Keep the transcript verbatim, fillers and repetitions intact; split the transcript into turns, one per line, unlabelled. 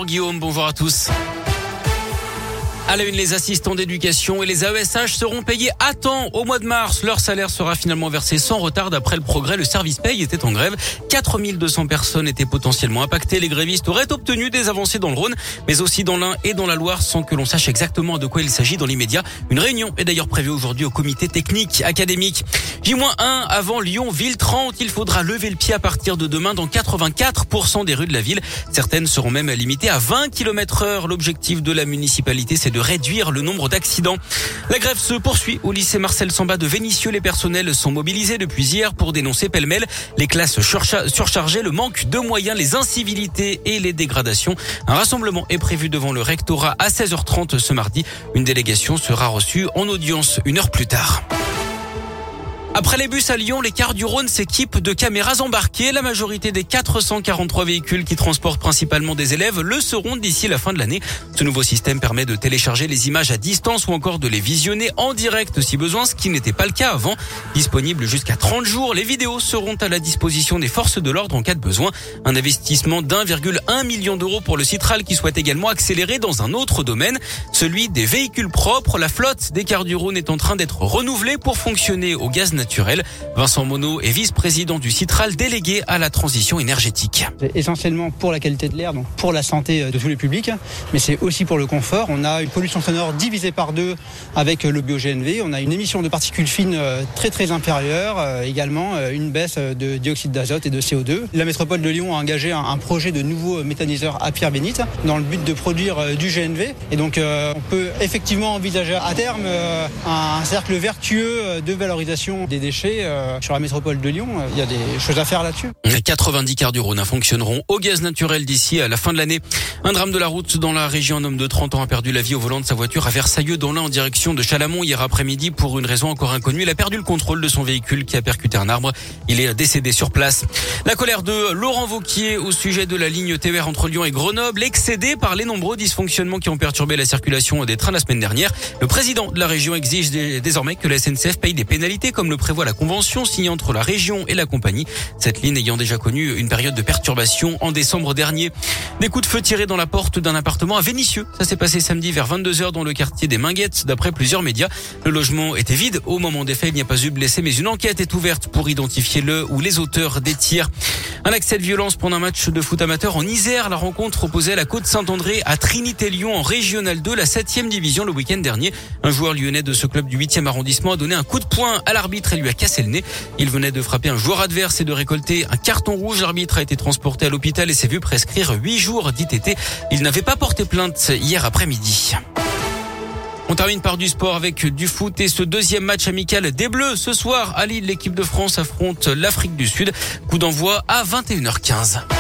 Bonjour Guillaume, bonjour à tous. À la une, les assistants d'éducation et les A E S H seront payés à temps au mois de mars. Leur salaire sera finalement versé sans retard. D'après le Progrès, le service paye était en grève. quatre mille deux cents personnes étaient potentiellement impactées. Les grévistes auraient obtenu des avancées dans le Rhône, mais aussi dans l'Ain et dans la Loire, sans que l'on sache exactement de quoi il s'agit dans l'immédiat. Une réunion est d'ailleurs prévue aujourd'hui au comité technique académique. J un avant Lyon-Ville trente. Il faudra lever le pied à partir de demain dans quatre-vingt-quatre pour cent des rues de la ville. Certaines seront même limitées à vingt kilomètres heure. L'objectif de la municipalité, c'est de réduire le nombre d'accidents. La grève se poursuit au lycée Marcel Samba de Vénissieux. Les personnels sont mobilisés depuis hier pour dénoncer pêle-mêle les classes surchargées, le manque de moyens, les incivilités et les dégradations. Un rassemblement est prévu devant le rectorat à seize heures trente ce mardi. Une délégation sera reçue en audience une heure plus tard. Après les bus à Lyon, les cars du Rhône s'équipent de caméras embarquées. La majorité des quatre cent quarante-trois véhicules qui transportent principalement des élèves le seront d'ici la fin de l'année. Ce nouveau système permet de télécharger les images à distance ou encore de les visionner en direct si besoin, ce qui n'était pas le cas avant. Disponible jusqu'à trente jours, les vidéos seront à la disposition des forces de l'ordre en cas de besoin. Un investissement d'un virgule un million d'euros pour le Citral qui souhaite également accélérer dans un autre domaine, celui des véhicules propres. La flotte des cars du Rhône est en train d'être renouvelée pour fonctionner au gaz naturel. Naturel. Vincent Monod est vice-président du Citral, délégué à la transition énergétique.
C'est essentiellement pour la qualité de l'air, donc pour la santé de tous les publics, mais c'est aussi pour le confort. On a une pollution sonore divisée par deux avec le bio-G N V. On a une émission de particules fines très très inférieure, également une baisse de dioxyde d'azote et de C O deux. La métropole de Lyon a engagé un projet de nouveau méthaniseur à Pierre-Bénite dans le but de produire du G N V. Et donc on peut effectivement envisager à terme un cercle vertueux de valorisation des déchets euh, sur la métropole de Lyon. Il y a des choses à faire là-dessus.
Les quatre-vingt-dix cars du Rhône fonctionneront au gaz naturel d'ici à la fin de l'année. Un drame de la route dans la région. Un homme de trente ans a perdu la vie au volant de sa voiture à Versailles dans l'Ain en direction de Chalamont hier après-midi pour une raison encore inconnue. Il a perdu le contrôle de son véhicule qui a percuté un arbre. Il est décédé sur place. La colère de Laurent Wauquiez au sujet de la ligne T E R entre Lyon et Grenoble, excédé par les nombreux dysfonctionnements qui ont perturbé la circulation des trains la semaine dernière. Le président de la région exige désormais que la S N C F paye des pénalités comme le prévoit la convention signée entre la région et la compagnie. Cette ligne ayant déjà connu une période de perturbation en décembre dernier. Des coups de feu tirés dans la porte d'un appartement à Vénissieux. Ça s'est passé samedi vers vingt-deux heures dans le quartier des Minguettes. D'après plusieurs médias, le logement était vide au moment des faits. Il n'y a pas eu de blessés, mais une enquête est ouverte pour identifier le ou les auteurs des tirs. Un accès de violence pendant un match de foot amateur en Isère. La rencontre opposait à la Côte-Saint-André à Trinité-Lyon en Régional deux, la septième division le week-end dernier. Un joueur lyonnais de ce club du huitième arrondissement a donné un coup de poing à l'arbitre et lui a cassé le nez. Il venait de frapper un joueur adverse et de récolter un carton rouge. L'arbitre a été transporté à l'hôpital et s'est vu prescrire huit jours d'I T T. Il n'avait pas porté plainte hier après-midi. On termine par du sport avec du foot et ce deuxième match amical des Bleus. Ce soir, à Lille, l'équipe de France affronte l'Afrique du Sud. Coup d'envoi à vingt et une heures quinze.